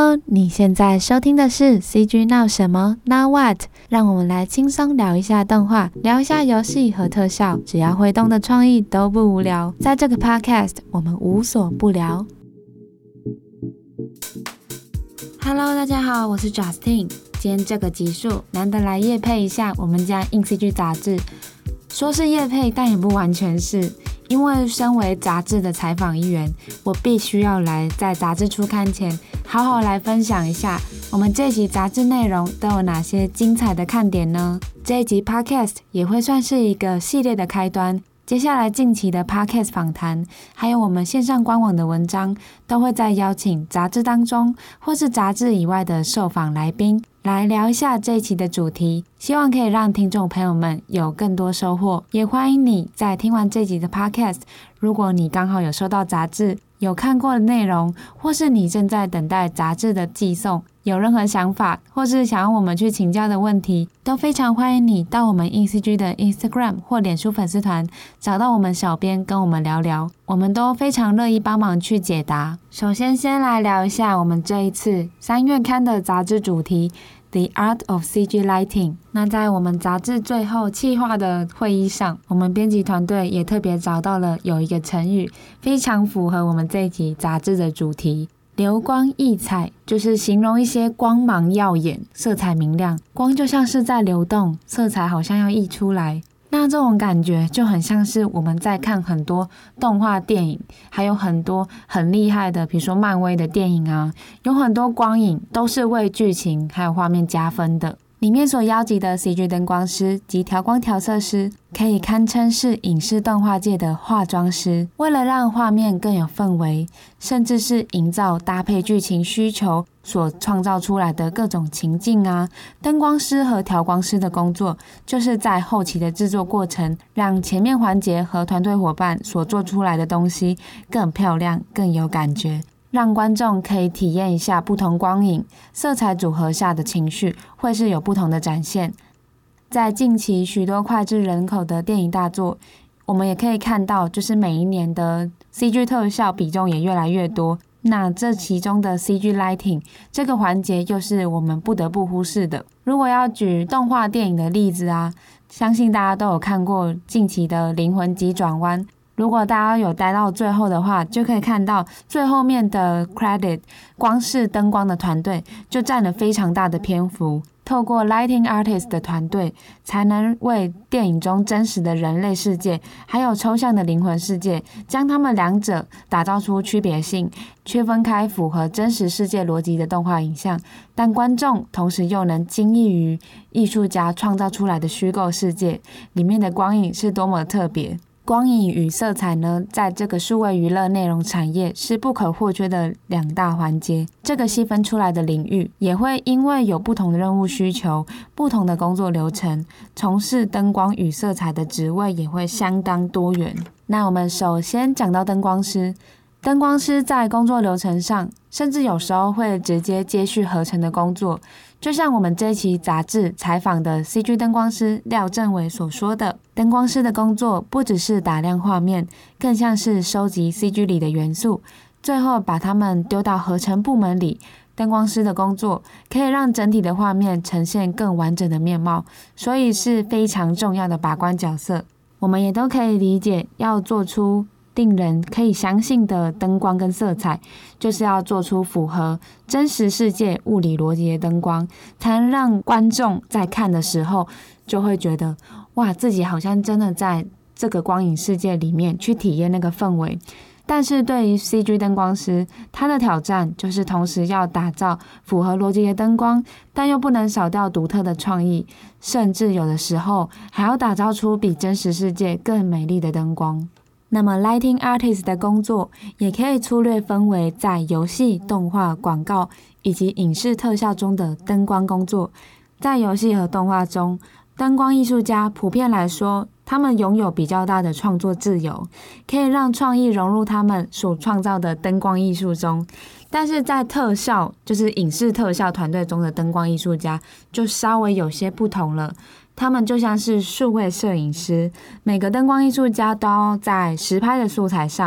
Hello， 你现在收听的是 CG 闹什么 Now What， 让我们来轻松聊一下动画，聊一下游戏和特效，只要会动的创意都不无聊。在这个 Podcast， 我们无所不聊。Hello， 大家好，我是 Justin。今天这个集数难得来业配一下我们家 InCG 杂志，说是业配，但也不完全是。因为身为杂志的采访一员，我必须要来在杂志出刊前好好来分享一下我们这一集杂志内容都有哪些精彩的看点呢？这一集 Podcast 也会算是一个系列的开端，接下来近期的 Podcast 访谈还有我们线上官网的文章都会再邀请杂志当中或是杂志以外的受访来宾来聊一下这一期的主题，希望可以让听众朋友们有更多收获。也欢迎你在听完这集的 Podcast， 如果你刚好有收到杂志，有看过的内容，或是你正在等待杂志的寄送，有任何想法或是想要我们去请教的问题，都非常欢迎你到我们 InCG 的 Instagram 或脸书粉丝团找到我们小编跟我们聊聊，我们都非常乐意帮忙去解答。首先来聊一下我们这一次3月刊的杂志主题The Art of CG Lighting。 那在我们杂志最后企划的会议上，我们编辑团队也特别找到了有一个成语非常符合我们这一集杂志的主题，流光溢彩，就是形容一些光芒耀眼，色彩明亮，光就像是在流动，色彩好像要溢出来。那这种感觉就很像是我们在看很多动画电影，还有很多很厉害的比如说漫威的电影啊，有很多光影都是为剧情还有画面加分的。里面所邀集的 CG 灯光师及调光调色师可以堪称是影视动画界的化妆师，为了让画面更有氛围，甚至是营造搭配剧情需求所创造出来的各种情境啊，灯光师和调光师的工作就是在后期的制作过程，让前面环节和团队伙伴所做出来的东西更漂亮更有感觉，让观众可以体验一下不同光影色彩组合下的情绪会是有不同的展现。在近期许多脍炙人口的电影大作，我们也可以看到就是每一年的 CG 特效比重也越来越多，那这其中的 CG Lighting 这个环节又是我们不得不忽视的。如果要举动画电影的例子啊，相信大家都有看过近期的灵魂急转弯，如果大家有待到最后的话，就可以看到最后面的 credit 光是灯光的团队就占了非常大的篇幅，透过 lighting artist 的团队才能为电影中真实的人类世界还有抽象的灵魂世界将他们两者打造出区别性，区分开符合真实世界逻辑的动画影像，但观众同时又能惊异于艺术家创造出来的虚构世界里面的光影是多么特别。光影与色彩呢，在这个数位娱乐内容产业是不可或缺的两大环节。这个细分出来的领域也会因为有不同的任务需求，不同的工作流程，从事灯光与色彩的职位也会相当多元。那我们首先讲到灯光师，灯光师在工作流程上，甚至有时候会直接接续合成的工作，就像我们这一期杂志采访的 CG 灯光师廖正伟所说的，灯光师的工作不只是打亮画面，更像是收集 CG 里的元素，最后把它们丢到合成部门里。灯光师的工作可以让整体的画面呈现更完整的面貌，所以是非常重要的把关角色。我们也都可以理解，要做出令人可以相信的灯光跟色彩，就是要做出符合真实世界物理逻辑的灯光，才能让观众在看的时候就会觉得哇，自己好像真的在这个光影世界里面去体验那个氛围。但是对于 CG 灯光师，他的挑战就是同时要打造符合逻辑的灯光，但又不能少掉独特的创意，甚至有的时候还要打造出比真实世界更美丽的灯光。那么 Lighting Artist 的工作也可以粗略分为在游戏、动画、广告以及影视特效中的灯光工作。在游戏和动画中，灯光艺术家普遍来说，他们拥有比较大的创作自由，可以让创意融入他们所创造的灯光艺术中。但是在特效，就是影视特效团队中的灯光艺术家就稍微有些不同了。他们就像是数位摄影师，每个灯光艺术家都要在实拍的素材上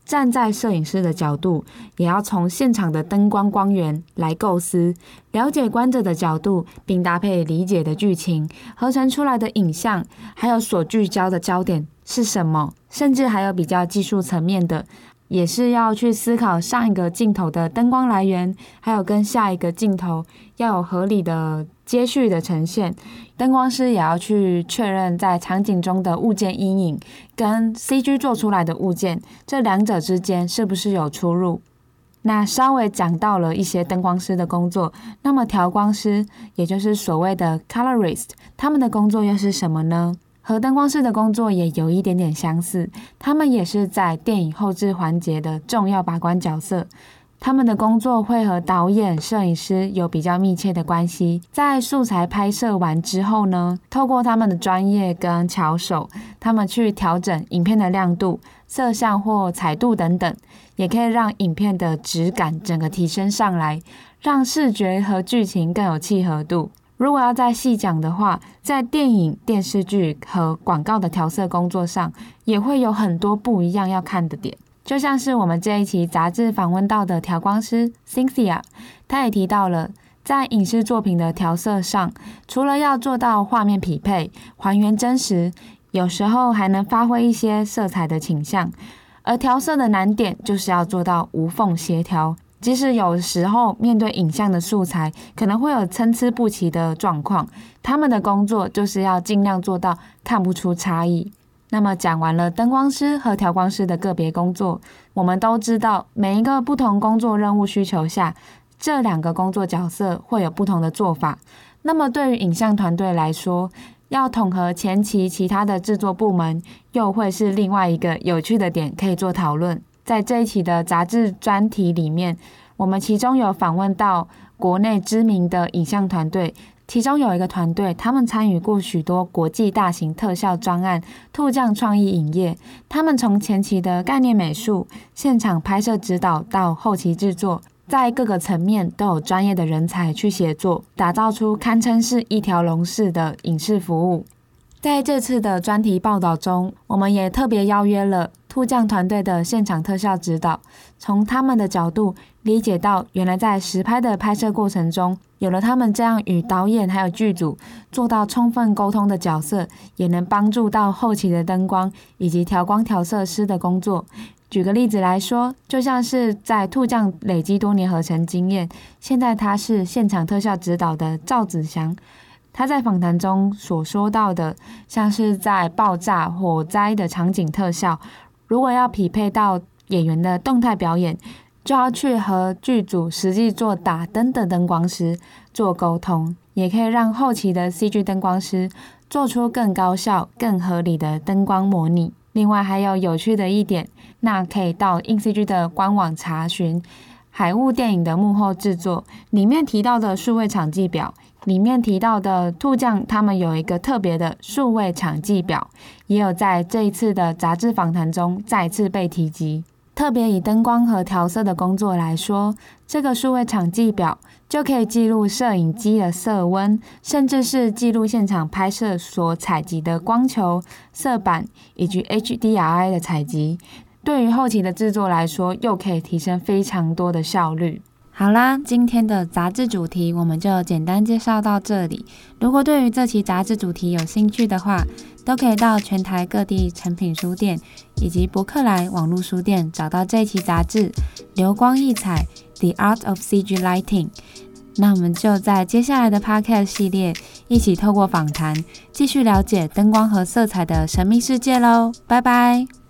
站在摄影师的角度，也要从现场的灯光光源来构思，了解观者的角度，并搭配理解的剧情，合成出来的影像，还有所聚焦的焦点是什么，甚至还有比较技术层面的，也是要去思考上一个镜头的灯光来源，还有跟下一个镜头要有合理的接续的呈现。灯光师也要去确认在场景中的物件阴影跟 CG 做出来的物件，这两者之间是不是有出入。那稍微讲到了一些灯光师的工作，那么调光师也就是所谓的 colorist， 他们的工作又是什么呢？和灯光师的工作也有一点点相似，他们也是在电影后制环节的重要把关角色。他们的工作会和导演、摄影师有比较密切的关系。在素材拍摄完之后呢，透过他们的专业跟巧手，他们去调整影片的亮度、色相或彩度等等，也可以让影片的质感整个提升上来，让视觉和剧情更有契合度。如果要再细讲的话，在电影、电视剧和广告的调色工作上，也会有很多不一样要看的点。就像是我们这一期杂志访问到的调光师 Cynthia， 她也提到了，在影视作品的调色上，除了要做到画面匹配、还原真实，有时候还能发挥一些色彩的倾向。而调色的难点就是要做到无缝协调，即使有时候面对影像的素材，可能会有参差不齐的状况，他们的工作就是要尽量做到看不出差异。那么讲完了灯光师和调光师的个别工作，我们都知道每一个不同工作任务需求下，这两个工作角色会有不同的做法。那么对于影像团队来说，要统合前期其他的制作部门，又会是另外一个有趣的点可以做讨论。在这一期的杂志专题里面，我们其中有访问到国内知名的影像团队，其中有一个团队，他们参与过许多国际大型特效专案、兔酱创意影业。他们从前期的概念美术、现场拍摄指导到后期制作，在各个层面都有专业的人才去协作，打造出堪称是一条龙式的影视服务。在这次的专题报道中，我们也特别邀约了兔酱团队的现场特效指导，从他们的角度理解到原来在实拍的拍摄过程中，有了他们这样与导演还有剧组做到充分沟通的角色，也能帮助到后期的灯光以及调光调色师的工作。举个例子来说，就像是在兔酱累积多年合成经验，现在他是现场特效指导的赵子祥，他在访谈中所说到的，像是在爆炸、火灾的场景特效，如果要匹配到演员的动态表演，就要去和剧组实际做打灯的灯光师做沟通，也可以让后期的 CG 灯光师做出更高效、更合理的灯光模拟。另外还有趣的一点，那可以到 INCG 的官网查询海雾电影的幕后制作，里面提到的数位场记表，里面提到的兔酱他们有一个特别的数位场记表，也有在这一次的杂志访谈中再次被提及。特别以灯光和调色的工作来说，这个数位场记表就可以记录摄影机的色温，甚至是记录现场拍摄所采集的光球、色板以及 HDRI 的采集。对于后期的制作来说，又可以提升非常多的效率。好啦，今天的杂志主题我们就简单介绍到这里。如果对于这期杂志主题有兴趣的话，都可以到全台各地诚品书店以及博客来网络书店找到这一期杂志《流光溢彩 The Art of CG Lighting》。那我们就在接下来的 Podcast 系列一起透过访谈继续了解灯光和色彩的神秘世界咯。拜拜。